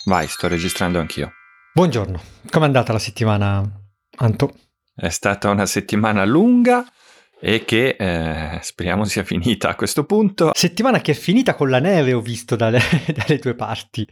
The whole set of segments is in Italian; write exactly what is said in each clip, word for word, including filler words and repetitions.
Vai, sto registrando anch'io. Buongiorno, com'è andata la settimana, Anto? È stata una settimana lunga e che eh, speriamo sia finita a questo punto. Settimana che è finita con la neve, ho visto dalle, dalle tue parti.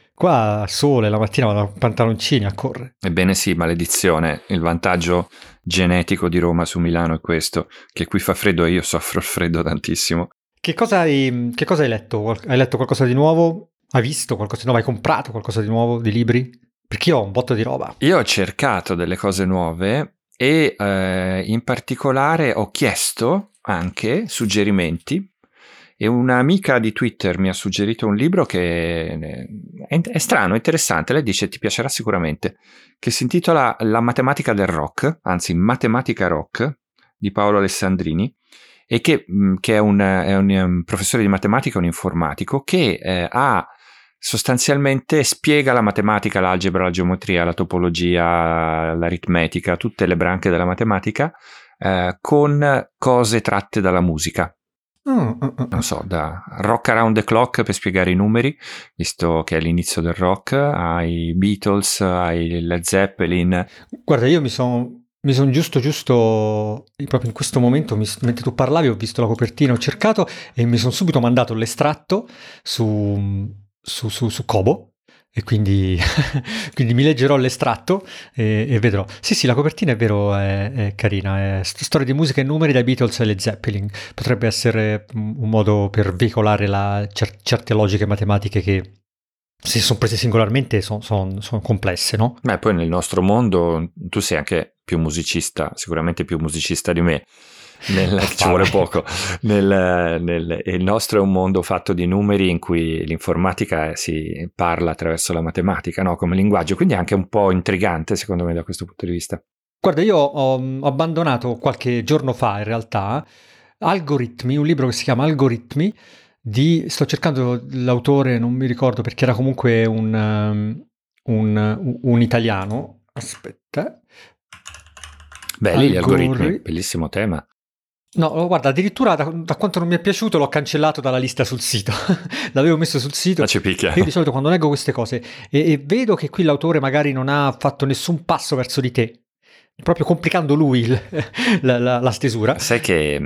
Qua sole, la mattina vado a pantaloncini a correre. Ebbene sì, maledizione, il vantaggio genetico di Roma su Milano è questo, che qui fa freddo e io soffro il freddo tantissimo. Che cosa hai, che cosa hai letto? Hai letto qualcosa di nuovo? Hai visto qualcosa di nuovo? Hai comprato qualcosa di nuovo di libri? Perché io ho un botto di roba. Io ho cercato delle cose nuove e eh, in particolare ho chiesto anche suggerimenti e un'amica di Twitter mi ha suggerito un libro che è, è strano, è interessante, lei dice ti piacerà sicuramente, che si intitola La matematica del rock, anzi Matematica rock, di Paolo Alessandrini, e che, che è, un, è un professore di matematica, un informatico, che eh, ha sostanzialmente spiega la matematica, l'algebra, la geometria, la topologia, l'aritmetica, tutte le branche della matematica eh, con cose tratte dalla musica. Oh, oh, oh. Non so, da Rock Around the Clock per spiegare i numeri, visto che è l'inizio del rock, ai Beatles, ai Led Zeppelin. Guarda, io mi sono mi son giusto giusto proprio in questo momento, mi, mentre tu parlavi, ho visto la copertina, ho cercato e mi sono subito mandato l'estratto su, su, su, su Kobo. E quindi, quindi mi leggerò l'estratto e, e vedrò. Sì, sì, la copertina è vero, è, è carina. È storia di musica e numeri dai Beatles e le Zeppelin. Potrebbe essere un modo per veicolare la, cer- certe logiche matematiche che, se sono prese singolarmente, sono son, son complesse, no? Beh, poi nel nostro mondo tu sei anche più musicista, sicuramente più musicista di me. Nel, ci vuole poco. Nel, nel, il nostro è un mondo fatto di numeri in cui l'informatica si parla attraverso la matematica, no? Come linguaggio, quindi è anche un po' intrigante secondo me da questo punto di vista. Guarda, io ho, ho abbandonato qualche giorno fa in realtà Algoritmi, un libro che si chiama Algoritmi, di, sto cercando l'autore, non mi ricordo perché era comunque un, um, un, un italiano, aspetta. Belli gli algoritmi, bellissimo tema. No, guarda, addirittura da, da quanto non mi è piaciuto l'ho cancellato dalla lista sul sito. L'avevo messo sul sito. Ma ci picchia. Io di solito quando leggo queste cose e, e vedo che qui l'autore magari non ha fatto nessun passo verso di te, proprio complicando lui il, la, la, la stesura. Sai che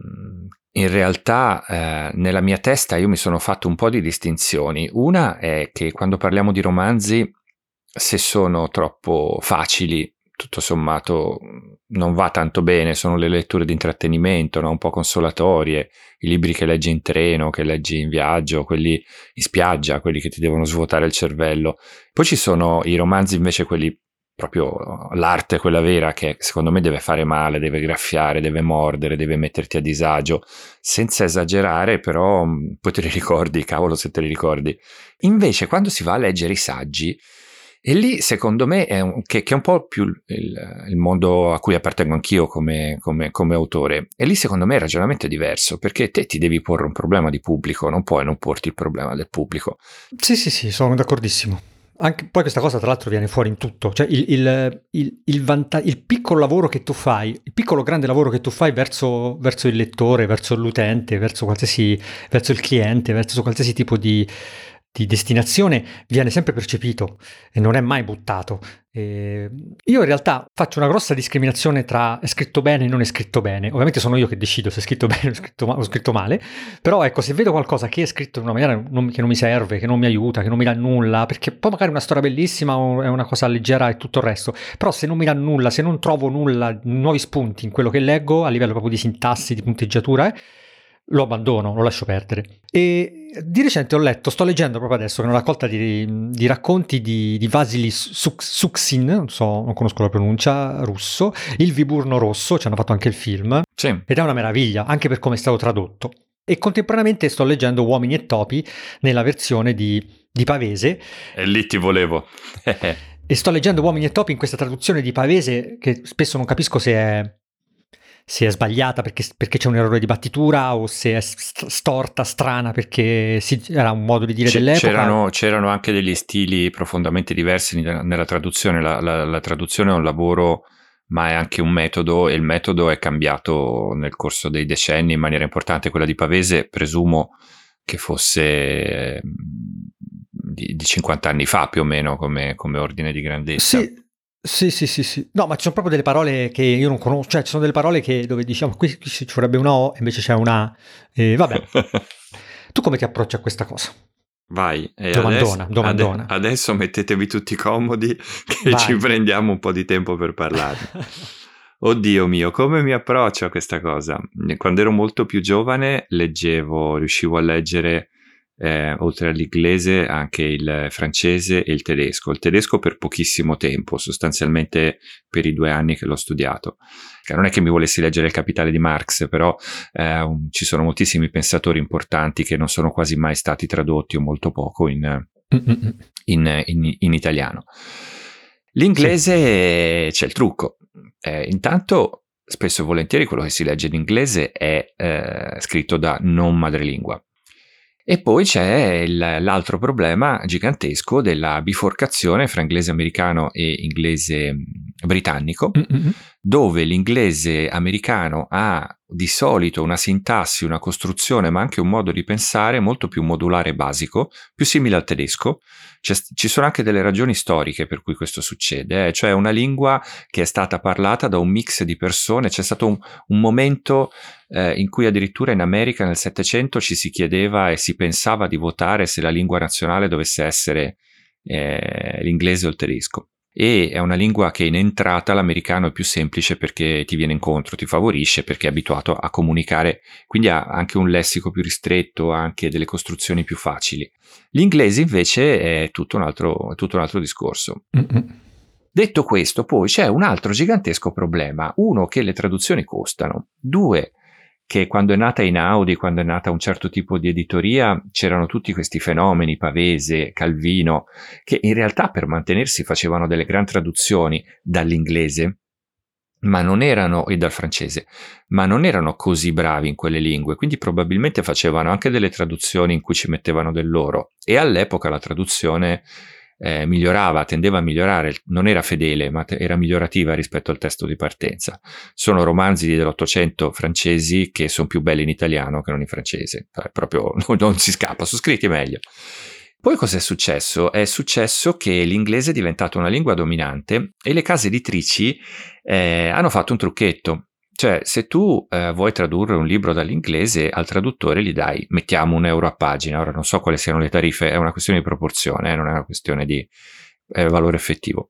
in realtà eh, nella mia testa io mi sono fatto un po' di distinzioni. Una è che quando parliamo di romanzi, se sono troppo facili, tutto sommato non va tanto bene, sono le letture di intrattenimento, no? Un po' consolatorie, i libri che leggi in treno, che leggi in viaggio, quelli in spiaggia, quelli che ti devono svuotare il cervello. Poi ci sono i romanzi invece, quelli proprio l'arte, quella vera, che secondo me deve fare male, deve graffiare, deve mordere, deve metterti a disagio, senza esagerare, però poi te li ricordi, cavolo se te li ricordi. Invece quando si va a leggere i saggi, e lì secondo me è un, che, che è un po' più il, il mondo a cui appartengo anch'io come, come, come autore, e lì secondo me il ragionamento è diverso, perché te ti devi porre un problema di pubblico, non puoi non porti il problema del pubblico. Sì, sì, sì, sono d'accordissimo. Anche, poi questa cosa tra l'altro viene fuori in tutto, cioè il, il, il, il, vanta- il piccolo lavoro che tu fai, il piccolo grande lavoro che tu fai verso, verso il lettore, verso l'utente, verso qualsiasi, verso il cliente, verso qualsiasi tipo di, di destinazione viene sempre percepito e non è mai buttato. E io in realtà faccio una grossa discriminazione tra è scritto bene e non è scritto bene. Ovviamente sono io che decido se è scritto bene o scritto, ma- o scritto male, però ecco, se vedo qualcosa che è scritto in una maniera non, che non mi serve, che non mi aiuta, che non mi dà nulla, perché poi magari è una storia bellissima o è una cosa leggera e tutto il resto, però se non mi dà nulla, se non trovo nulla, nuovi spunti in quello che leggo a livello proprio di sintassi, di punteggiatura, eh, lo abbandono, lo lascio perdere. E di recente ho letto, sto leggendo proprio adesso, una raccolta di, di racconti di, di Vasily Suksin, non so, non conosco la pronuncia, russo, Il Viburno Rosso, ci hanno fatto anche il film, sì. Ed è una meraviglia, anche per come è stato tradotto. E contemporaneamente sto leggendo Uomini e Topi nella versione di, di Pavese. E lì ti volevo. E sto leggendo Uomini e Topi in questa traduzione di Pavese, che spesso non capisco se è... se è sbagliata perché, perché c'è un errore di battitura o se è st- storta, strana perché si, era un modo di dire C- dell'epoca. C'erano, c'erano anche degli stili profondamente diversi nella, nella traduzione. La, la, la traduzione è un lavoro, ma è anche un metodo, e il metodo è cambiato nel corso dei decenni in maniera importante. Quella di Pavese presumo che fosse di, di cinquanta anni fa più o meno come, come ordine di grandezza. Sì, sì, sì, sì, sì. No, ma ci sono proprio delle parole che io non conosco, cioè ci sono delle parole che dove diciamo qui, qui ci vorrebbe una O, invece c'è una A. Eh, vabbè, tu come ti approcci a questa cosa? Vai, e Domandona, adesso, domandona. ade- adesso mettetevi tutti comodi che Vai. ci prendiamo un po' di tempo per parlarne. Oddio mio, come mi approccio a questa cosa? Quando ero molto più giovane leggevo, riuscivo a leggere eh, oltre all'inglese anche il francese e il tedesco. Il tedesco per pochissimo tempo, sostanzialmente per i due anni che l'ho studiato. Non è che mi volessi leggere Il Capitale di Marx, però eh, um, ci sono moltissimi pensatori importanti che non sono quasi mai stati tradotti o molto poco in, in, in, in italiano. L'inglese, sì. C'è il trucco. Eh, intanto, spesso e volentieri quello che si legge in inglese è eh, scritto da non madrelingua. E poi c'è il, l'altro problema gigantesco della biforcazione fra inglese americano e inglese britannico, mm-hmm. dove l'inglese americano ha di solito una sintassi, una costruzione, ma anche un modo di pensare molto più modulare e basico, più simile al tedesco. C'è, ci sono anche delle ragioni storiche per cui questo succede, eh? Cioè una lingua che è stata parlata da un mix di persone. C'è stato un, un momento eh, in cui addirittura in America nel Settecento ci si chiedeva e si pensava di votare se la lingua nazionale dovesse essere eh, l'inglese o il tedesco. E è una lingua che in entrata l'americano è più semplice perché ti viene incontro, ti favorisce perché è abituato a comunicare, quindi ha anche un lessico più ristretto, ha anche delle costruzioni più facili. L'inglese invece è tutto un altro, tutto un altro discorso. Mm-hmm. Detto questo, poi c'è un altro gigantesco problema. Uno, che le traduzioni costano. Due, che quando è nata Einaudi, quando è nata un certo tipo di editoria, c'erano tutti questi fenomeni, Pavese, Calvino, che in realtà per mantenersi facevano delle gran traduzioni dall'inglese, ma non erano, e dal francese, ma non erano così bravi in quelle lingue, quindi probabilmente facevano anche delle traduzioni in cui ci mettevano del loro, e all'epoca la traduzione Eh, migliorava, tendeva a migliorare, non era fedele ma te- era migliorativa rispetto al testo di partenza. Sono romanzi dell'Ottocento francesi che sono più belli in italiano che non in francese, cioè, proprio non, non si scappa, sono scritti meglio. Poi cos'è successo? È successo che l'inglese è diventato una lingua dominante e le case editrici eh, hanno fatto un trucchetto. Cioè, se tu eh, vuoi tradurre un libro dall'inglese, al traduttore gli dai, mettiamo un euro a pagina. Ora non so quali siano le tariffe, è una questione di proporzione, eh, non è una questione di eh, valore effettivo.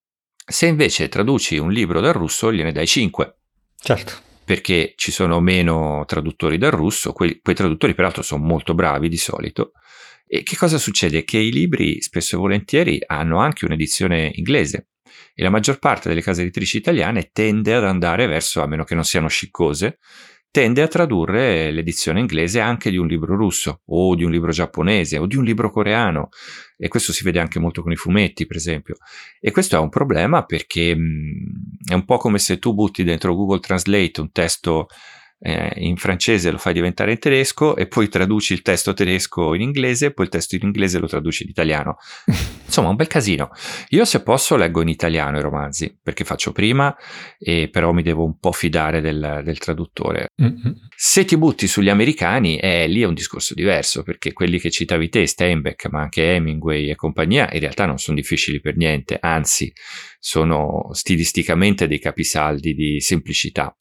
Se invece traduci un libro dal russo, gliene dai cinque. Certo. Perché ci sono meno traduttori dal russo, quei, quei traduttori peraltro sono molto bravi di solito. E che cosa succede? Che i libri spesso e volentieri hanno anche un'edizione inglese. E la maggior parte delle case editrici italiane tende ad andare verso, a meno che non siano sciccose, tende a tradurre l'edizione inglese anche di un libro russo o di un libro giapponese o di un libro coreano, e questo si vede anche molto con i fumetti, per esempio. E questo è un problema perché mh, è un po' come se tu butti dentro Google Translate un testo eh, in francese, lo fai diventare in tedesco e poi traduci il testo tedesco in inglese e poi il testo in inglese lo traduci in italiano. Insomma, un bel casino. Io, se posso, leggo in italiano i romanzi perché faccio prima, e però mi devo un po' fidare del, del traduttore. Mm-hmm. Se ti butti sugli americani, eh, lì è un discorso diverso, perché quelli che citavi te, Steinbeck, ma anche Hemingway e compagnia, in realtà non sono difficili per niente, anzi sono stilisticamente dei capisaldi di semplicità.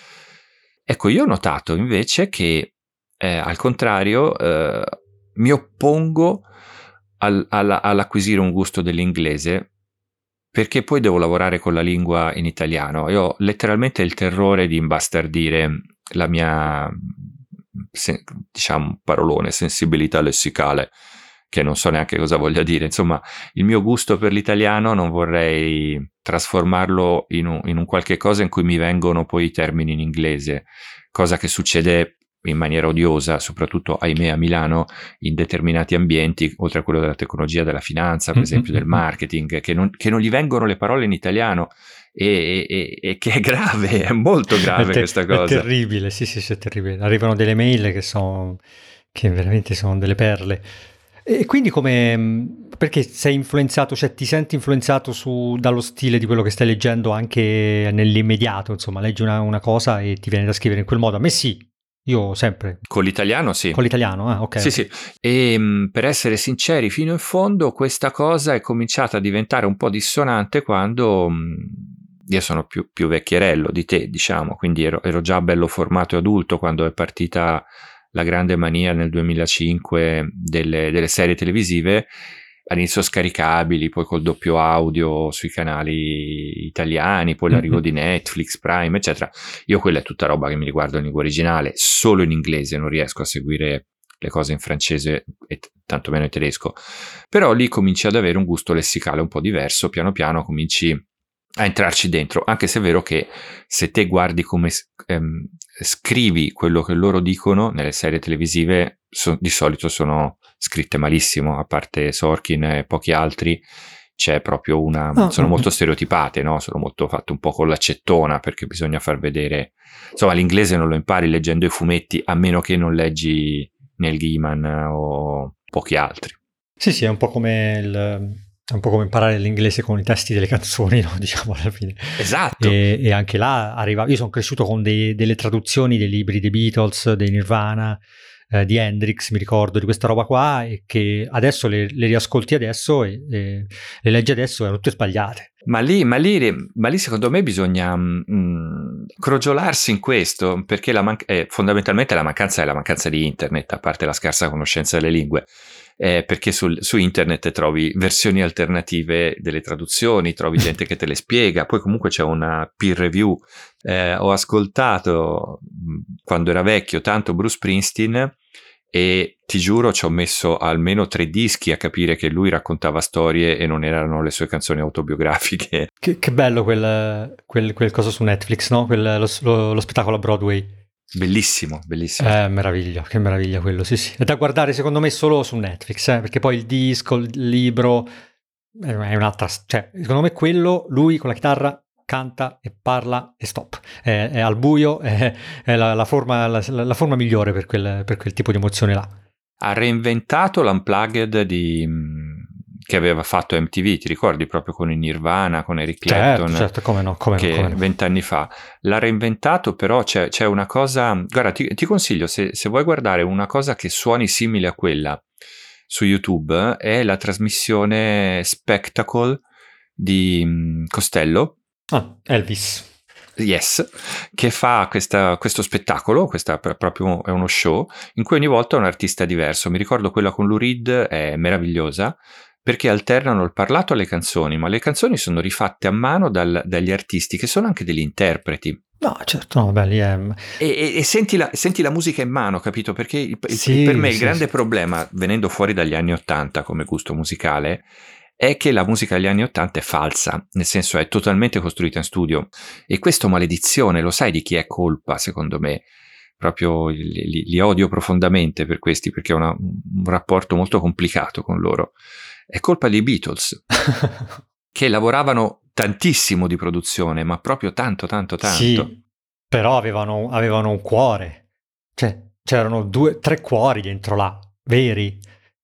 Ecco, io ho notato invece che eh, al contrario eh, mi oppongo al, alla, all'acquisire un gusto dell'inglese, perché poi devo lavorare con la lingua in italiano e ho letteralmente il terrore di imbastardire la mia, se, diciamo, parolone, sensibilità lessicale, che non so neanche cosa voglia dire. Insomma, il mio gusto per l'italiano non vorrei trasformarlo in un, in un qualche cosa in cui mi vengono poi i termini in inglese, cosa che succede in maniera odiosa, soprattutto, ahimè, a Milano, in determinati ambienti, oltre a quello della tecnologia, della finanza, per mm-hmm. esempio del marketing, che non, che non gli vengono le parole in italiano, e, e, e che è grave, è molto grave è te- questa cosa. È terribile, sì, sì, sì, è terribile. Arrivano delle mail che sono, che veramente sono delle perle. E quindi come, perché sei influenzato, cioè ti senti influenzato su, dallo stile di quello che stai leggendo anche nell'immediato, insomma, leggi una, una cosa e ti viene da scrivere in quel modo? A me sì, Io sempre. Con l'italiano sì. Con l'italiano, ah, ok. Sì, okay. sì. E mh, per essere sinceri, fino in fondo questa cosa è cominciata a diventare un po' dissonante quando mh, io sono più, più vecchierello di te, diciamo, quindi ero, ero già bello formato e adulto quando è partita la grande mania nel duemilacinque delle, delle serie televisive, all'inizio scaricabili, poi col doppio audio sui canali italiani, poi l'arrivo Mm-hmm. di Netflix, Prime, eccetera. Io quella è tutta roba che mi riguardo in lingua originale, solo in inglese, non riesco a seguire le cose in francese e t- tantomeno in tedesco. Però lì cominci ad avere un gusto lessicale un po' diverso, piano piano cominci a entrarci dentro, anche se è vero che se te guardi come ehm, scrivi quello che loro dicono nelle serie televisive, so, di solito sono scritte malissimo, a parte Sorkin e pochi altri, c'è proprio una... Oh, sono oh, molto oh. stereotipate, no? Sono molto fatte un po' con l'accettona, perché bisogna far vedere... Insomma, l'inglese non lo impari leggendo i fumetti, a meno che non leggi Neil Gaiman o pochi altri. Sì, sì, è un po' come il... È un po' come imparare l'inglese con i testi delle canzoni, no? Diciamo alla fine. Esatto. E, e anche là arriva. Io sono cresciuto con dei, delle traduzioni dei libri dei Beatles, dei Nirvana, eh, di Hendrix, mi ricordo di questa roba qua, e che adesso le, le riascolti adesso e, e le leggi adesso, erano tutte sbagliate. Ma lì, ma, lì, ma lì secondo me bisogna mh, crogiolarsi in questo, perché la man- eh, fondamentalmente la mancanza è la mancanza di internet, a parte la scarsa conoscenza delle lingue. Eh, perché sul, su internet trovi versioni alternative delle traduzioni, trovi gente che te le spiega, poi comunque c'è una peer review. Eh, ho ascoltato quando era vecchio tanto Bruce Springsteen e ti giuro ci ho messo almeno tre dischi a capire che lui raccontava storie e non erano le sue canzoni autobiografiche. Che, che bello quel, quel, quel cosa su Netflix, no? Quel, lo, lo, lo spettacolo a Broadway. Bellissimo, bellissimo. Eh, meraviglia, che meraviglia quello, sì sì. È da guardare secondo me solo su Netflix, eh, perché poi il disco, il libro, è un'altra... Cioè, secondo me quello, lui con la chitarra canta e parla e stop. È, è al buio, è, è la, la, forma, la, la forma migliore per quel, per quel tipo di emozione là. Ha reinventato l'unplugged di... che aveva fatto M T V, ti ricordi, proprio con il Nirvana, con Eric Clapton, certo, certo, come no, come che no, come no. vent'anni fa l'ha reinventato, però c'è, c'è una cosa, guarda, ti, ti consiglio, se, se vuoi guardare una cosa che suoni simile a quella su YouTube, è la trasmissione Spectacle di um, Costello. Ah, Elvis. Yes, che fa questa, questo spettacolo, questa proprio è uno show, in cui ogni volta è un artista diverso. Mi ricordo quella con Lou Reed, è meravigliosa, perché alternano il parlato alle canzoni, ma le canzoni sono rifatte a mano dal, dagli artisti, che sono anche degli interpreti. No, certo, no, beh, lì è... E, e, e senti, la, senti la musica in mano, capito? Perché il, il, sì, per me il sì, grande sì. problema, venendo fuori dagli anni Ottanta come gusto musicale, è che la musica degli anni Ottanta è falsa, nel senso è totalmente costruita in studio. E questo maledizione, lo sai di chi è colpa, secondo me? Proprio li, li, li odio profondamente per questi, perché ho una, un rapporto molto complicato con loro. È colpa dei Beatles, che lavoravano tantissimo di produzione, ma proprio tanto, tanto, tanto. Sì, però avevano, avevano un cuore. Cioè, c'erano due, tre cuori dentro là, veri.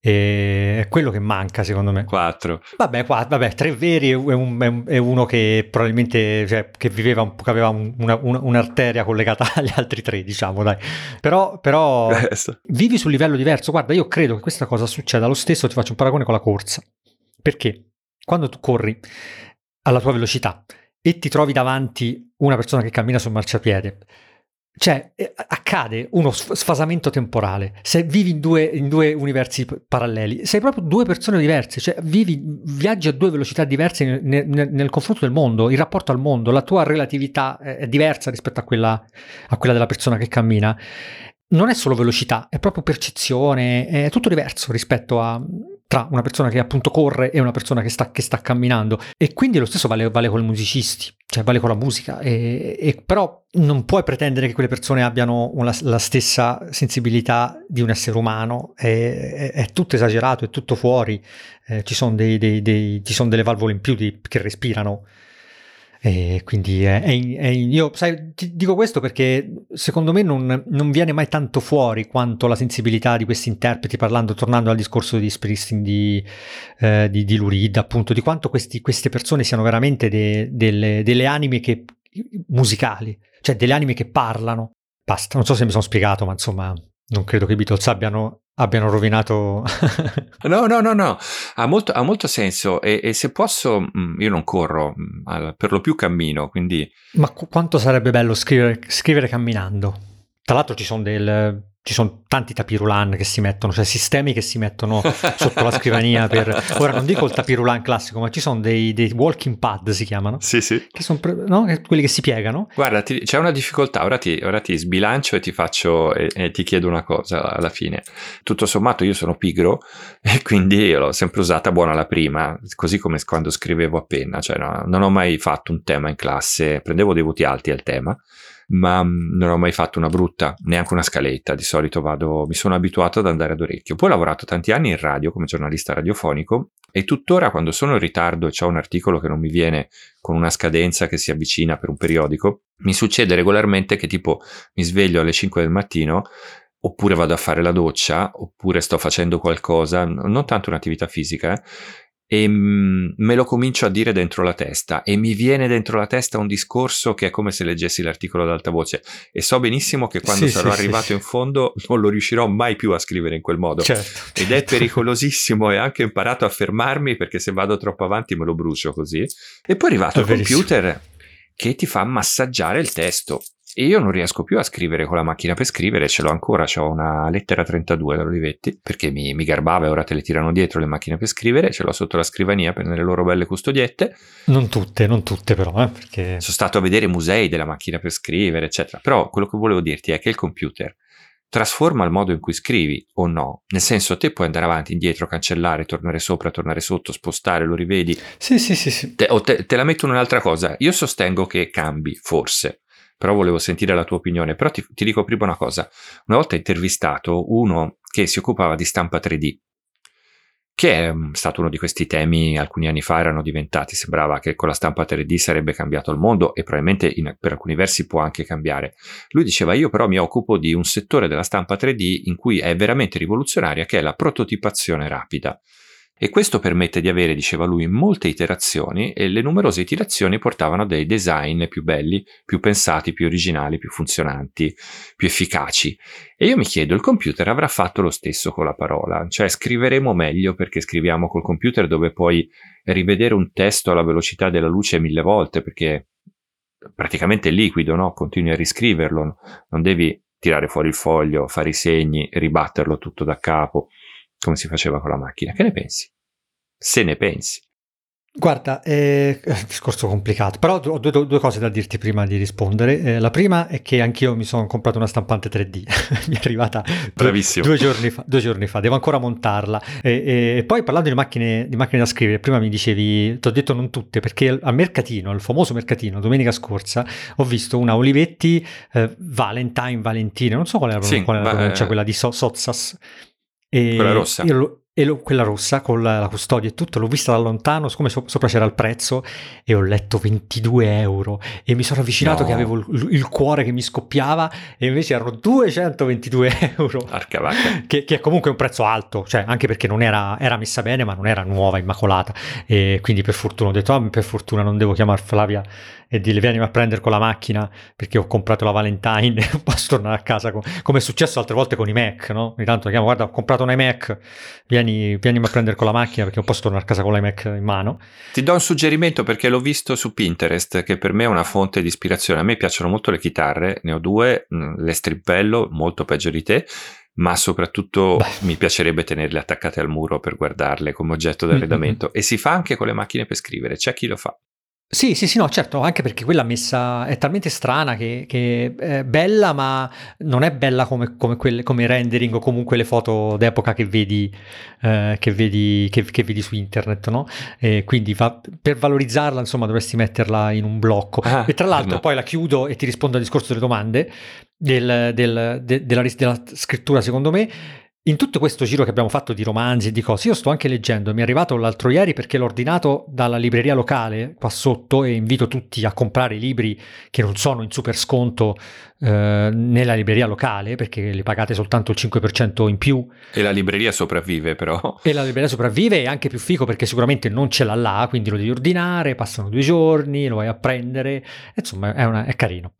E è quello che manca, secondo me. Quattro. Vabbè, qua, vabbè, tre veri e un, è uno che probabilmente, cioè, che viveva un po', che aveva una, una, un'arteria collegata agli altri tre, diciamo, dai. Però, però vivi su un livello diverso. Guarda, io credo che questa cosa succeda lo stesso, ti faccio un paragone con la corsa. Perché quando tu corri alla tua velocità e ti trovi davanti una persona che cammina sul marciapiede, cioè accade uno sfasamento temporale. Se vivi in due, in due universi paralleli, sei proprio due persone diverse, cioè vivi, viaggi a due velocità diverse nel, nel, nel confronto del mondo, il rapporto al mondo, la tua relatività è diversa rispetto a quella, a quella della persona che cammina. Non è solo velocità, è proprio percezione, è tutto diverso rispetto a tra una persona che appunto corre e una persona che sta, che sta camminando. E quindi lo stesso vale, vale con i musicisti, cioè vale con la musica. E, e però non puoi pretendere che quelle persone abbiano una, la stessa sensibilità di un essere umano. È, è, è tutto esagerato, è tutto fuori. Eh, ci sono dei, dei, dei, ci sono delle valvole in più di, che respirano. E quindi è, è, è, io sai, ti dico questo perché secondo me non, non viene mai tanto fuori quanto la sensibilità di questi interpreti, parlando, tornando al discorso di Springsteen, di, eh, di, di Lou Reed, appunto, di quanto questi, queste persone siano veramente de, delle, delle anime che, musicali, cioè delle anime che parlano, basta. Non so se mi sono spiegato, ma insomma non credo che i Beatles abbiano, abbiano rovinato... No, no, no, no, ha molto, ha molto senso e, e se posso, io non corro, per lo più cammino, quindi... Ma qu- quanto sarebbe bello scrivere, scrivere camminando? Tra l'altro ci sono del... Ci sono tanti tapirulan che si mettono, cioè sistemi che si mettono sotto la scrivania per... Ora non dico il tapirulan classico, ma ci sono dei, dei walking pad, si chiamano. Sì, sì. Che sono, no? Quelli che si piegano. Guarda, ti, c'è una difficoltà, ora ti, ora ti sbilancio e ti faccio e, e ti chiedo una cosa alla fine. Tutto sommato io sono pigro e quindi l'ho sempre usata buona la prima, così come quando scrivevo a penna, cioè no, non ho mai fatto un tema in classe, prendevo dei voti alti al tema, ma non ho mai fatto una brutta, neanche una scaletta, di solito vado, mi sono abituato ad andare ad orecchio. Poi ho lavorato tanti anni in radio come giornalista radiofonico e tuttora quando sono in ritardo e c'ho un articolo che non mi viene con una scadenza che si avvicina per un periodico, mi succede regolarmente che tipo mi sveglio alle cinque del mattino oppure vado a fare la doccia oppure sto facendo qualcosa, non tanto un'attività fisica, eh, e me lo comincio a dire dentro la testa e mi viene dentro la testa un discorso che è come se leggessi l'articolo ad alta voce e so benissimo che quando sì, sarò sì, arrivato sì. in fondo non lo riuscirò mai più a scrivere in quel modo, certo, ed certo. è pericolosissimo e anche imparato a fermarmi perché se vado troppo avanti me lo brucio così. E poi è arrivato il computer che ti fa massaggiare il testo e io non riesco più a scrivere con la macchina per scrivere, ce l'ho ancora, c'ho una lettera trentadue da Olivetti perché mi, mi garbava e ora te le tirano dietro le macchine per scrivere, ce l'ho sotto la scrivania per nelle loro belle custodiette. Non tutte, non tutte però, eh, perché... Sono stato a vedere musei della macchina per scrivere, eccetera, però quello che volevo dirti è che il computer trasforma il modo in cui scrivi o no, nel senso te puoi andare avanti, indietro, cancellare, tornare sopra, tornare sotto, spostare, lo rivedi. Sì, sì, sì, sì. Te, o te, te la metto in un'altra cosa, io sostengo che cambi, forse, però volevo sentire la tua opinione. Però ti, ti dico prima una cosa, una volta intervistato uno che si occupava di stampa tre D, che è stato uno di questi temi alcuni anni fa erano diventati, sembrava che con la stampa tre D sarebbe cambiato il mondo e probabilmente in, per alcuni versi può anche cambiare. Lui diceva io però mi occupo di un settore della stampa tre D in cui è veramente rivoluzionaria, che è la prototipazione rapida. E questo permette di avere, diceva lui, molte iterazioni e le numerose iterazioni portavano a dei design più belli, più pensati, più originali, più funzionanti, più efficaci. E io mi chiedo, il computer avrà fatto lo stesso con la parola? Cioè scriveremo meglio perché scriviamo col computer dove puoi rivedere un testo alla velocità della luce mille volte perché praticamente è liquido, no? Continui a riscriverlo, non devi tirare fuori il foglio, fare i segni, ribatterlo tutto da capo come si faceva con la macchina. Che ne pensi? Se ne pensi. Guarda, è un discorso complicato, però ho due, due cose da dirti prima di rispondere. Eh, la prima è che anch'io mi sono comprato una stampante tre D, mi è arrivata due, due, giorni fa, due giorni fa, devo ancora montarla. E, e poi parlando di macchine, di macchine da scrivere, prima mi dicevi, ti ho detto non tutte, perché al mercatino, al famoso mercatino, domenica scorsa, ho visto una Olivetti eh, Valentine, Valentine, non so qual è la, sì, qual è la ma, pronuncia, eh, quella di so, Sozzas. E quella rossa. Io lo, e lo, quella rossa con la, la custodia e tutto, l'ho vista da lontano, siccome so, sopra c'era il prezzo e ho letto ventidue euro e mi sono avvicinato no. che avevo il, il cuore che mi scoppiava e invece erano duecentoventidue euro, che, che è comunque un prezzo alto, cioè anche perché non era, era messa bene ma non era nuova, immacolata, e quindi per fortuna ho detto ah, per fortuna non devo chiamare Flavia e dirle vieni a prendere con la macchina perché ho comprato la Valentine e posso tornare a casa con... come è successo altre volte con i Mac, no? Ogni tanto chiamo, guarda ho comprato un iMac, vieni, vieni a prendere con la macchina perché non posso tornare a casa con l'iMac in mano. Ti do un suggerimento perché l'ho visto su Pinterest, che per me è una fonte di ispirazione. A me piacciono molto le chitarre, ne ho due, le strippello, molto peggio di te, ma soprattutto Beh. mi piacerebbe tenerle attaccate al muro per guardarle come oggetto d'arredamento. Mm-hmm. E si fa anche con le macchine per scrivere, c'è chi lo fa. Sì, sì, sì, no, certo, anche perché quella messa è talmente strana che, che è bella, ma non è bella come, come, quelle, come i rendering o comunque le foto d'epoca che vedi, eh, che vedi, che, che vedi su internet, no? E quindi va, per valorizzarla, insomma, dovresti metterla in un blocco. Ah, e tra l'altro no. Poi la chiudo e ti rispondo al discorso delle domande del, del, de, della, della scrittura, secondo me. In tutto questo giro che abbiamo fatto di romanzi e di cose, io sto anche leggendo, mi è arrivato l'altro ieri perché l'ho ordinato dalla libreria locale qua sotto e invito tutti a comprare i libri che non sono in super sconto eh, nella libreria locale perché li pagate soltanto il cinque per cento in più. E la libreria sopravvive però. E la libreria sopravvive e anche più figo perché sicuramente non ce l'ha là, quindi lo devi ordinare, passano due giorni, lo vai a prendere, insomma è, una, è carino.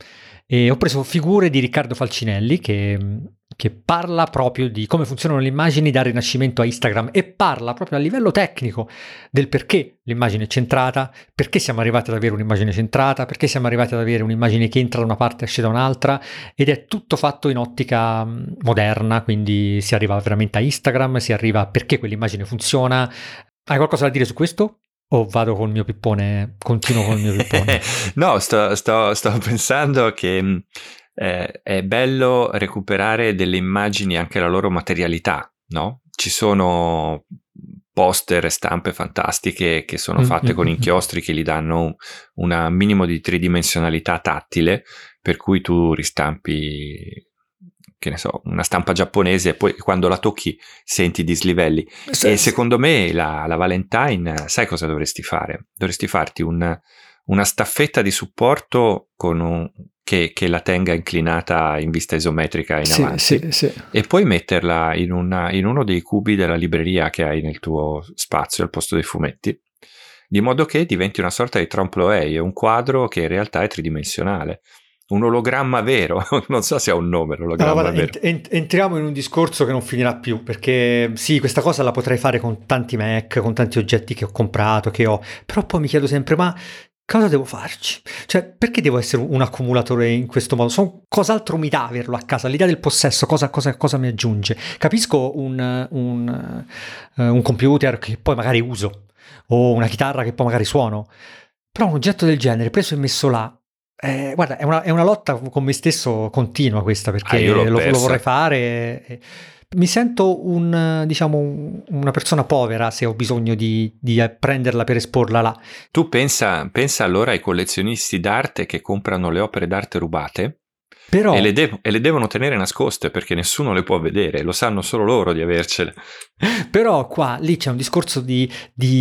e ho preso figure di Riccardo Falcinelli che, che parla proprio di come funzionano le immagini dal Rinascimento a Instagram, e parla proprio a livello tecnico del perché l'immagine è centrata, perché siamo arrivati ad avere un'immagine centrata, perché siamo arrivati ad avere un'immagine che entra da una parte e esce da un'altra, ed è tutto fatto in ottica moderna, quindi si arriva veramente a Instagram, si arriva a perché quell'immagine funziona. Hai qualcosa da dire su questo? O vado col mio pippone, continuo col mio pippone? No, sto, sto, sto pensando che eh, è bello recuperare delle immagini anche la loro materialità, no? Ci sono poster e stampe fantastiche che sono fatte mm-hmm. con inchiostri che gli danno un minimo di tridimensionalità tattile, per cui tu ristampi, che ne so, una stampa giapponese e poi quando la tocchi senti i dislivelli. Sì. E secondo me la, la Valentine, sai cosa dovresti fare? Dovresti farti un, una staffetta di supporto con un, che, che la tenga inclinata in vista isometrica in sì, avanti sì, sì. E poi metterla in, una, in uno dei cubi della libreria che hai nel tuo spazio al posto dei fumetti, di modo che diventi una sorta di trompe-l'œil, un quadro che in realtà è tridimensionale. Un ologramma vero, non so se ha un nome l'ologramma allora, vero. Ent- entriamo in un discorso che non finirà più, perché sì, questa cosa la potrei fare con tanti Mac, con tanti oggetti che ho comprato, che ho, però poi mi chiedo sempre, ma cosa devo farci? Cioè, perché devo essere un accumulatore in questo modo? Sono, cos'altro mi dà averlo a casa? L'idea del possesso, cosa, cosa, cosa mi aggiunge? Capisco un, un, uh, un computer che poi magari uso, o una chitarra che poi magari suono, però un oggetto del genere preso e messo là, Eh, guarda, è una, è una lotta con me stesso continua questa, perché ah, lo, lo vorrei fare. E mi sento un, diciamo, una persona povera se ho bisogno di, di prenderla per esporla là. Tu pensa, pensa allora ai collezionisti d'arte che comprano le opere d'arte rubate. Però, e, le de- e le devono tenere nascoste perché nessuno le può vedere, lo sanno solo loro di avercele. Però qua, lì c'è un discorso di,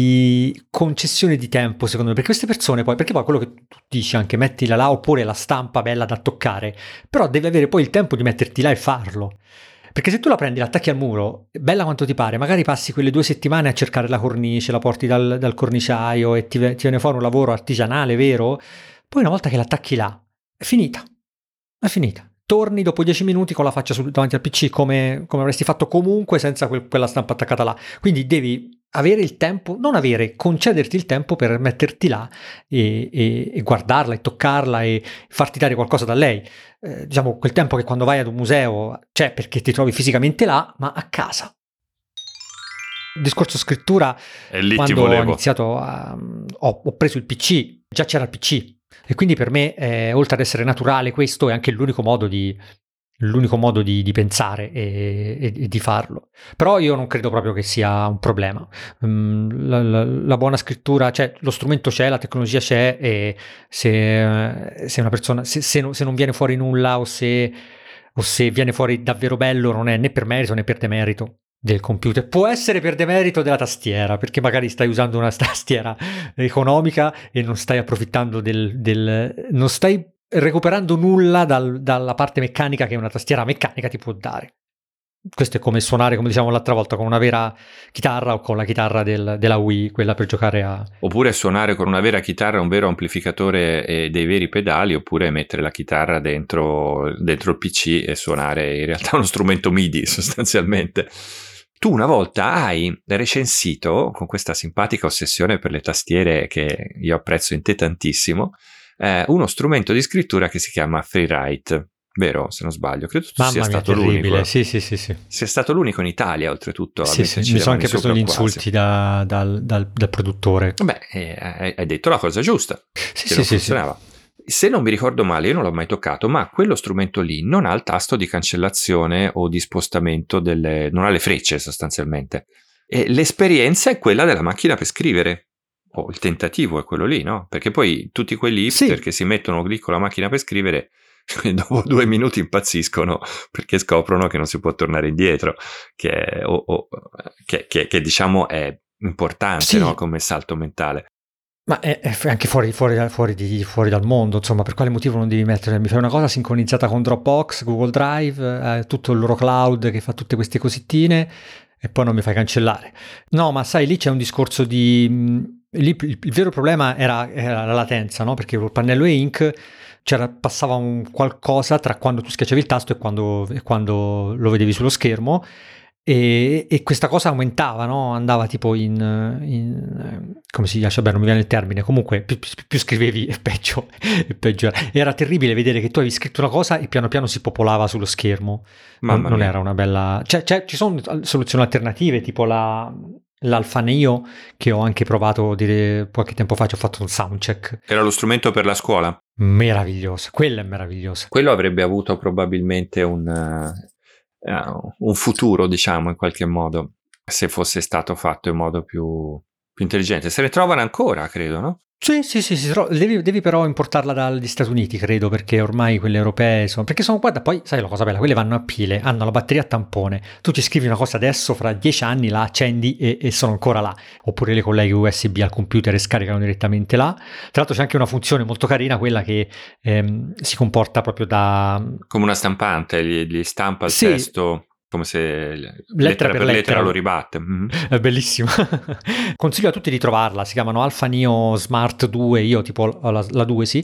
di concessione di tempo, secondo me, perché queste persone poi, perché poi quello che tu dici anche, mettila là, oppure la stampa bella da toccare, però devi avere poi il tempo di metterti là e farlo. Perché se tu la prendi, l'attacchi al muro, bella quanto ti pare, magari passi quelle due settimane a cercare la cornice, la porti dal, dal corniciaio e ti, ti viene fuori un lavoro artigianale, vero? Poi una volta che l'attacchi là, è finita. È finita. Torni dopo dieci minuti con la faccia sul, davanti al P C come, come avresti fatto comunque senza quel, quella stampa attaccata là. Quindi devi avere il tempo, non avere, concederti il tempo per metterti là e, e, e guardarla e toccarla e farti dare qualcosa da lei. Eh, diciamo quel tempo che quando vai ad un museo c'è perché ti trovi fisicamente là, ma a casa. Il discorso scrittura, e lì quando ti volevo. ho iniziato a, ho, ho preso il P C, già c'era il P C. E quindi per me, eh, oltre ad essere naturale, questo è anche l'unico modo di, l'unico modo di, di pensare e, e, e di farlo. Però io non credo proprio che sia un problema. Um, la, la, la buona scrittura, cioè lo strumento c'è, la tecnologia c'è, e se, se una persona, se, se, non, se non viene fuori nulla o se, o se viene fuori davvero bello, non è né per merito né per demerito del computer. Può essere per demerito della tastiera, perché magari stai usando una tastiera economica e non stai approfittando del, del non stai recuperando nulla dal, dalla parte meccanica che una tastiera meccanica ti può dare. Questo è come suonare, come diciamo l'altra volta, con una vera chitarra o con la chitarra del, della Wii, quella per giocare a... Oppure suonare con una vera chitarra, un vero amplificatore e dei veri pedali, oppure mettere la chitarra dentro, dentro il P C e suonare in realtà uno strumento MIDI sostanzialmente. Tu una volta hai recensito, con questa simpatica ossessione per le tastiere che io apprezzo in te tantissimo, eh, uno strumento di scrittura che si chiama FreeWrite, vero? Se non sbaglio, credo tu Mamma sia mia, stato terribile. l'unico. Sì, sì, sì, sì. Sei stato l'unico in Italia, oltretutto. Sì, sì, mi sono anche preso gli insulti da, dal, dal, dal produttore. Beh, eh, hai detto la cosa giusta, sì, che sì, non sì, funzionava. Sì. Se non mi ricordo male, io non l'ho mai toccato, ma quello strumento lì non ha il tasto di cancellazione o di spostamento delle... non ha le frecce sostanzialmente. E l'esperienza è quella della macchina per scrivere, o il tentativo è quello lì, no? Perché poi tutti quegli hipster sì. che si mettono lì con la macchina per scrivere, dopo due minuti impazziscono perché scoprono che non si può tornare indietro, che, o, o, che, che, che diciamo è importante, sì. no? Come salto mentale. Ma è, è anche fuori, fuori, fuori, di, fuori dal mondo, insomma, per quale motivo non devi mettere? Mi fai una cosa sincronizzata con Dropbox, Google Drive, eh, tutto il loro cloud che fa tutte queste cosettine e poi non mi fai cancellare. No, ma sai, lì c'è un discorso di... Lì il, il vero problema era, era la latenza, no? Perché col pannello e ink c'era, passava un qualcosa tra quando tu schiacciavi il tasto e quando, e quando lo vedevi sullo schermo, e, e questa cosa aumentava, no? Andava tipo in, in come si dice, beh, non mi viene il termine, comunque più, più, più scrivevi e peggio, e peggio era. Era terribile vedere che tu avevi scritto una cosa e piano piano si popolava sullo schermo. Non, Mamma non mia. era una bella... Cioè, cioè, ci sono soluzioni alternative, tipo la, l'Alfaneo, che ho anche provato a dire qualche tempo fa, ci ho fatto un soundcheck. Era lo strumento per la scuola? Meravigliosa, quella è meravigliosa. Quello avrebbe avuto probabilmente un, uh, un futuro, diciamo, in qualche modo, se fosse stato fatto in modo più, più intelligente. Se ne trovano ancora, credo, no? Sì, sì, sì, sì, devi, devi però importarla dagli Stati Uniti, credo, perché ormai quelle europee sono... Perché sono, guarda, poi sai la cosa bella, quelle vanno a pile, hanno la batteria a tampone, tu ci scrivi una cosa adesso, fra dieci anni la accendi e, e sono ancora là, oppure le colleghi U S B al computer e scaricano direttamente là. Tra l'altro c'è anche una funzione molto carina, quella che ehm, si comporta proprio da... Come una stampante, gli, gli stampa il sì, testo... come se lettera, lettera per per lettera, lettera lo ribatte. Mm-hmm. È bellissimo. Consiglio a tutti di trovarla, si chiamano Alfaneo Smart due, io tipo la, la due sì,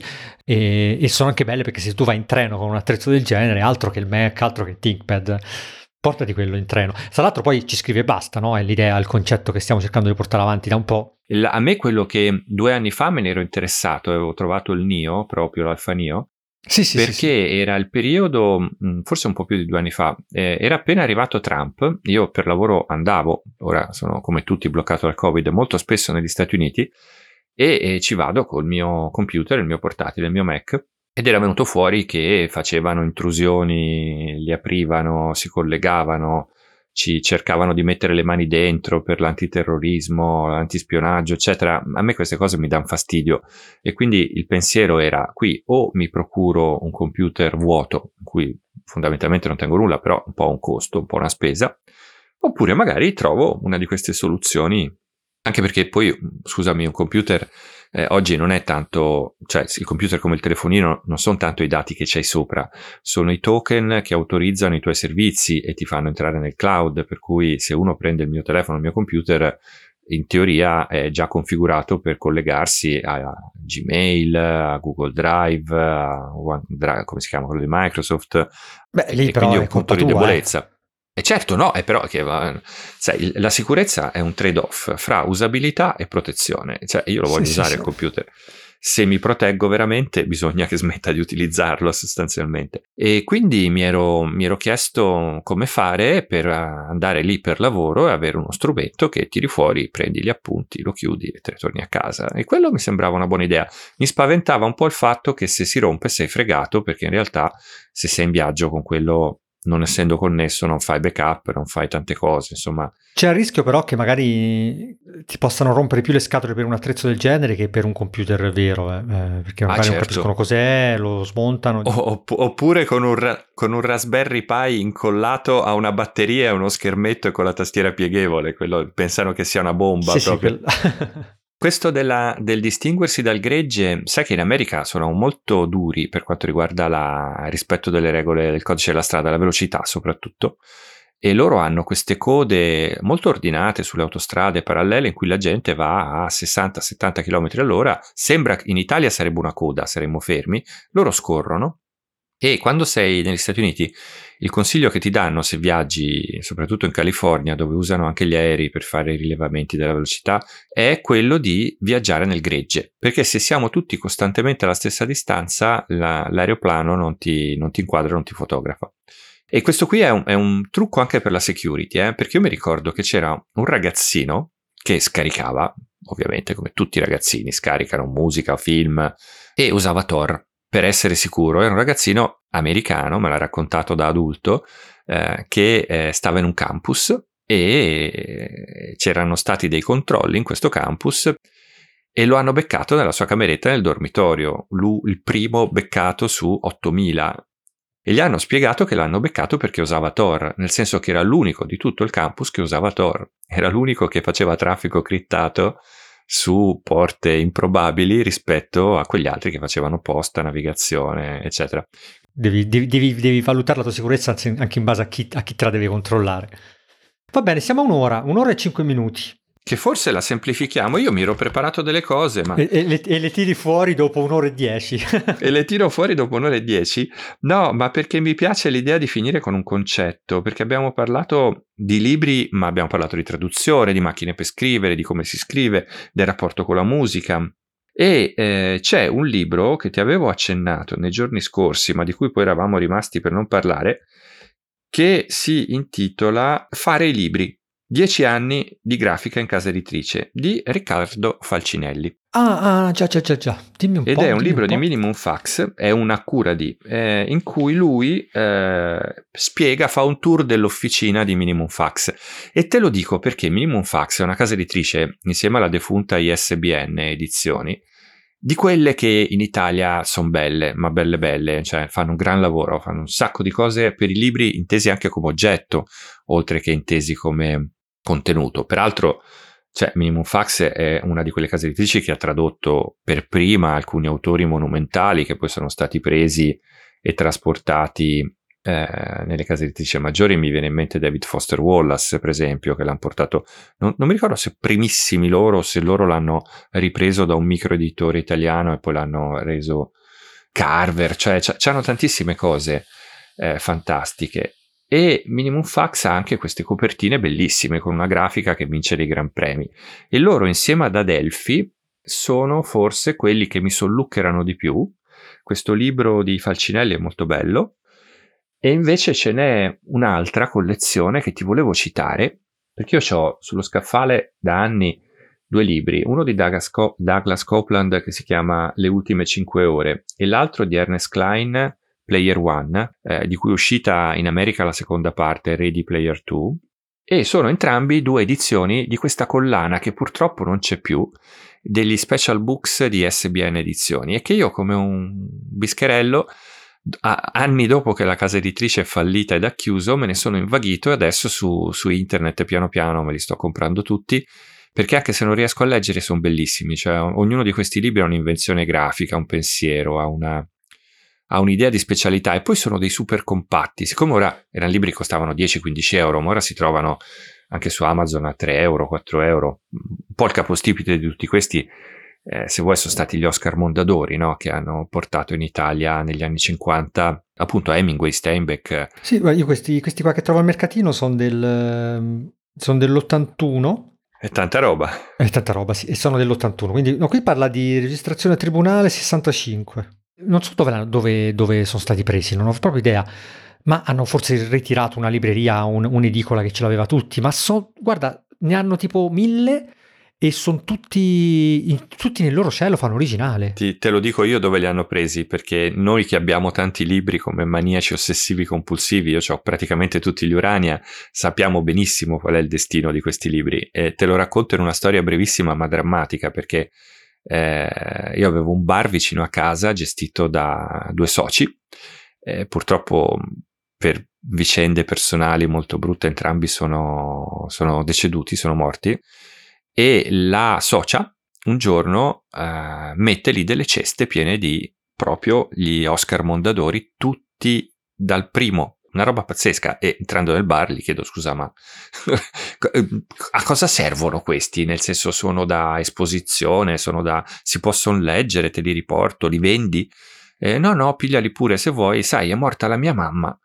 e, e sono anche belle perché se tu vai in treno con un attrezzo del genere, altro che il Mac, altro che il ThinkPad, portati quello in treno. Tra l'altro poi ci scrive e basta, no? È l'idea, il concetto che stiamo cercando di portare avanti da un po'. Il, a me quello che due anni fa me ne ero interessato, avevo trovato il Neo, proprio l'Alfaneo, Sì, sì, perché sì, sì. era il periodo, forse un po' più di due anni fa, eh, era appena arrivato Trump, io per lavoro andavo, ora sono come tutti bloccato dal Covid, molto spesso negli Stati Uniti, e, e ci vado col mio computer, il mio portatile, il mio Mac, ed era venuto fuori che facevano intrusioni, li aprivano, si collegavano, ci cercavano di mettere le mani dentro per l'antiterrorismo, l'antispionaggio, eccetera. A me queste cose mi danno fastidio e quindi il pensiero era: qui o mi procuro un computer vuoto, in cui fondamentalmente non tengo nulla, però un po' un costo, un po' una spesa, oppure magari trovo una di queste soluzioni, anche perché poi, scusami, un computer eh, oggi non è tanto, cioè il computer come il telefonino non sono tanto i dati che c'hai sopra, sono i token che autorizzano i tuoi servizi e ti fanno entrare nel cloud, per cui se uno prende il mio telefono, il mio computer, in teoria è già configurato per collegarsi a Gmail, a Google Drive, a OneDrive, come si chiama quello di Microsoft. Beh, e, lì e però quindi è è un punto colpa di tua, debolezza. E certo, no, è però che sai, la sicurezza è un trade-off fra usabilità e protezione. Cioè, io lo voglio sì, usare sì, il sì. computer. Se mi proteggo veramente, bisogna che smetta di utilizzarlo sostanzialmente. E quindi mi ero, mi ero chiesto come fare per andare lì per lavoro e avere uno strumento che tiri fuori, prendi gli appunti, lo chiudi e te ne torni a casa. E quello mi sembrava una buona idea. Mi spaventava un po' il fatto che se si rompe sei fregato, perché in realtà se sei in viaggio con quello, non essendo connesso, non fai backup, non fai tante cose, insomma. C'è il rischio però che magari ti possano rompere più le scatole per un attrezzo del genere che per un computer vero, eh, eh, perché magari ah, certo. non capiscono cos'è, lo smontano. O, oppure con un, ra- con un Raspberry Pi incollato a una batteria e uno schermetto e con la tastiera pieghevole, quello pensano che sia una bomba sì, proprio. Sì, quel... Questo della, del distinguersi dal gregge, sai che in America sono molto duri per quanto riguarda il rispetto delle regole del codice della strada, la velocità soprattutto, e loro hanno queste code molto ordinate sulle autostrade parallele in cui la gente va a sessanta settanta chilometri all'ora, sembra in Italia sarebbe una coda, saremmo fermi, loro scorrono. E quando sei negli Stati Uniti, il consiglio che ti danno se viaggi, soprattutto in California, dove usano anche gli aerei per fare i rilevamenti della velocità, è quello di viaggiare nel gregge, perché se siamo tutti costantemente alla stessa distanza, la, l'aeroplano non ti, non ti inquadra, non ti fotografa. E questo qui è un, è un trucco anche per la security, eh? Perché io mi ricordo che c'era un ragazzino che scaricava, ovviamente come tutti i ragazzini, scaricano musica, film, e usava Tor. Per essere sicuro, era un ragazzino americano, me l'ha raccontato da adulto, eh, che eh, stava in un campus e c'erano stati dei controlli in questo campus e lo hanno beccato nella sua cameretta nel dormitorio, lui il primo beccato su ottomila. E gli hanno spiegato che l'hanno beccato perché usava Tor, nel senso che era l'unico di tutto il campus che usava Tor, era l'unico che faceva traffico criptato su porte improbabili rispetto a quegli altri che facevano posta, navigazione, eccetera. Devi, devi, devi, devi valutare la tua sicurezza anche in base a chi, a chi te la deve controllare. Va bene, siamo a un'ora, un'ora e cinque minuti. che forse la semplifichiamo. Io mi ero preparato delle cose, ma... E, e, le, e le tiri fuori dopo un'ora e dieci. E le tiro fuori dopo un'ora e dieci? No, ma perché mi piace l'idea di finire con un concetto, perché abbiamo parlato di libri, ma abbiamo parlato di traduzione, di macchine per scrivere, di come si scrive, del rapporto con la musica. E eh, c'è un libro che ti avevo accennato nei giorni scorsi, ma di cui poi eravamo rimasti per non parlare, che si intitola Fare i libri. Dieci anni di grafica in casa editrice di Riccardo Falcinelli. Ah, ah, già, già, già, già. Dimmi un Ed po'. è un dimmi libro un di po'. Minimum Fax, è una cura di, eh, in cui lui eh, spiega, fa un tour dell'officina di Minimum Fax. E te lo dico perché Minimum Fax è una casa editrice, insieme alla defunta I S B N Edizioni, di quelle che in Italia sono belle, ma belle belle, cioè fanno un gran lavoro, fanno un sacco di cose per i libri intesi anche come oggetto, oltre che intesi come contenuto. Peraltro, cioè, Minimum Fax è una di quelle case editrici che ha tradotto per prima alcuni autori monumentali che poi sono stati presi e trasportati eh, nelle case editrici maggiori. Mi viene in mente David Foster Wallace, per esempio, che l'hanno portato, non, non mi ricordo se primissimi loro o se loro l'hanno ripreso da un microeditore italiano e poi l'hanno reso Carver, cioè c'hanno tantissime cose eh, fantastiche. E Minimum Fax ha anche queste copertine bellissime con una grafica che vince dei gran premi, e loro insieme ad Adelphi sono forse quelli che mi solluccherano di più. Questo libro di Falcinelli è molto bello, e invece ce n'è un'altra collezione che ti volevo citare, perché io ho sullo scaffale da anni due libri, uno di Douglas, Co- Douglas Copeland che si chiama Le ultime cinque ore e l'altro di Ernest Cline, Player One, eh, di cui è uscita in America la seconda parte, Ready Player Two, e sono entrambi due edizioni di questa collana che purtroppo non c'è più, degli special books di S B N Edizioni, e che io, come un bischerello, a, anni dopo che la casa editrice è fallita ed ha chiuso, me ne sono invaghito, e adesso su, su internet piano piano me li sto comprando tutti, perché anche se non riesco a leggere sono bellissimi. Cioè, ognuno di questi libri ha un'invenzione grafica, un pensiero, ha una ha un'idea di specialità, e poi sono dei super compatti. Siccome ora erano libri che costavano dieci quindici euro, ma ora si trovano anche su Amazon a tre euro, quattro euro, un po' il capostipite di tutti questi, eh, se vuoi, sono stati gli Oscar Mondadori, no? Che hanno portato in Italia negli anni cinquanta appunto Hemingway, Steinbeck. Sì, io questi, questi qua che trovo al mercatino sono del, sono dell'ottantuno. È tanta roba. È tanta roba, sì, e sono dell'ottantuno. Quindi no, qui parla di registrazione tribunale sessantacinque. Non so dove, dove, dove sono stati presi, non ho proprio idea, ma hanno forse ritirato una libreria, un, un'edicola che ce l'aveva tutti, ma so, guarda, ne hanno tipo mille e sono tutti, in, tutti nel loro cellophane originale. Ti, te lo dico io dove li hanno presi, perché noi che abbiamo tanti libri come maniaci ossessivi compulsivi, io ho praticamente tutti gli Urania, sappiamo benissimo qual è il destino di questi libri, e te lo racconto in una storia brevissima ma drammatica, perché Eh, io avevo un bar vicino a casa gestito da due soci, eh, purtroppo per vicende personali molto brutte entrambi sono, sono deceduti, sono morti, e la socia un giorno eh, mette lì delle ceste piene di proprio gli Oscar Mondadori, tutti dal primo. Una roba pazzesca. E entrando nel bar gli chiedo: scusa, ma a cosa servono questi? Nel senso, sono da esposizione, sono da, si possono leggere, te li riporto, li vendi? Eh, no, no, pigliali pure se vuoi, sai, è morta la mia mamma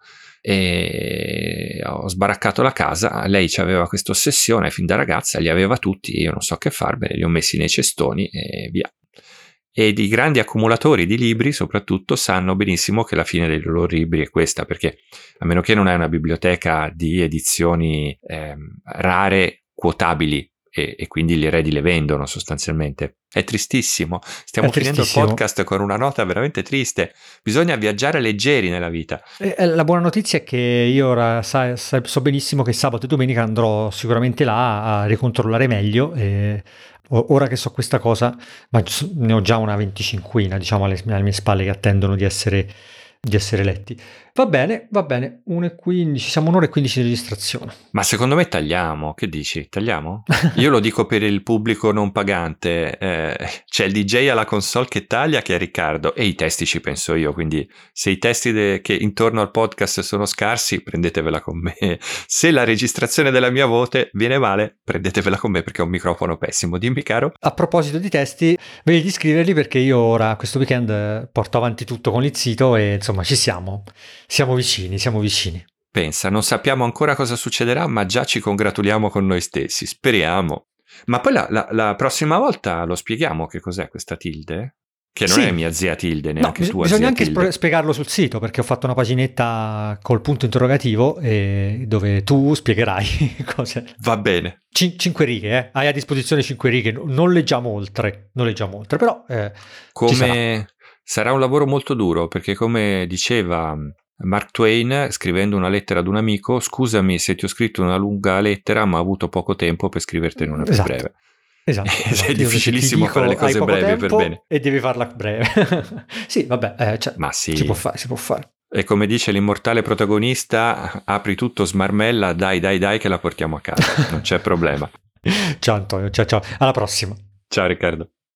e ho sbaraccato la casa, lei aveva questa ossessione fin da ragazza, li aveva tutti, io non so che farmene, li ho messi nei cestoni e via. E i grandi accumulatori di libri soprattutto sanno benissimo che la fine dei loro libri è questa, perché a meno che non hai una biblioteca di edizioni eh, rare, quotabili, e, e quindi gli eredi le vendono sostanzialmente. È tristissimo. Stiamo È finendo il tristissimo. podcast con una nota veramente triste. Bisogna viaggiare leggeri nella vita. E la buona notizia è che io ora sa, sa, so benissimo che sabato e domenica andrò sicuramente là a ricontrollare meglio, e ora che so questa cosa, ma ne ho già una venticinquina, diciamo, alle, alle mie spalle, che attendono di essere di essere letti. Va bene, va bene, uno e quindici, siamo un'ora e quindici di registrazione. Ma secondo me tagliamo, che dici? Tagliamo? Io lo dico per il pubblico non pagante, eh, c'è il D J alla console che taglia, che è Riccardo, e i testi ci penso io, quindi se i testi de- che intorno al podcast sono scarsi, prendetevela con me. Se la registrazione della mia voce viene male, prendetevela con me perché ho un microfono pessimo. Dimmi, caro. A proposito di testi, vedi di scriverli perché io ora questo weekend porto avanti tutto con il sito e insomma ci siamo, siamo vicini, siamo vicini. Pensa, non sappiamo ancora cosa succederà, ma già ci congratuliamo con noi stessi, speriamo. Ma poi la, la, la prossima volta lo spieghiamo che cos'è questa tilde? Che non Sì. è mia zia Tilde, neanche no, tua bisogna zia anche Tilde. sp- spiegarlo sul sito perché ho fatto una paginetta col punto interrogativo e dove tu spiegherai cos'è. Va bene. Cin- cinque righe, eh? Hai a disposizione cinque righe, non leggiamo oltre, non leggiamo oltre, però eh, come ci sarà. sarà un lavoro molto duro perché come diceva Mark Twain scrivendo una lettera ad un amico, scusami se ti ho scritto una lunga lettera ma ho avuto poco tempo per scrivertene una più Esatto. breve. Esatto, esatto. È difficilissimo dico, fare le cose brevi per bene. E devi farla breve. Sì, vabbè, eh, cioè, Ma sì. si può fare, si può fare. E come dice l'immortale protagonista, apri tutto, smarmella, dai dai dai che la portiamo a casa, non c'è problema. Ciao Antonio, ciao ciao, alla prossima. Ciao Riccardo.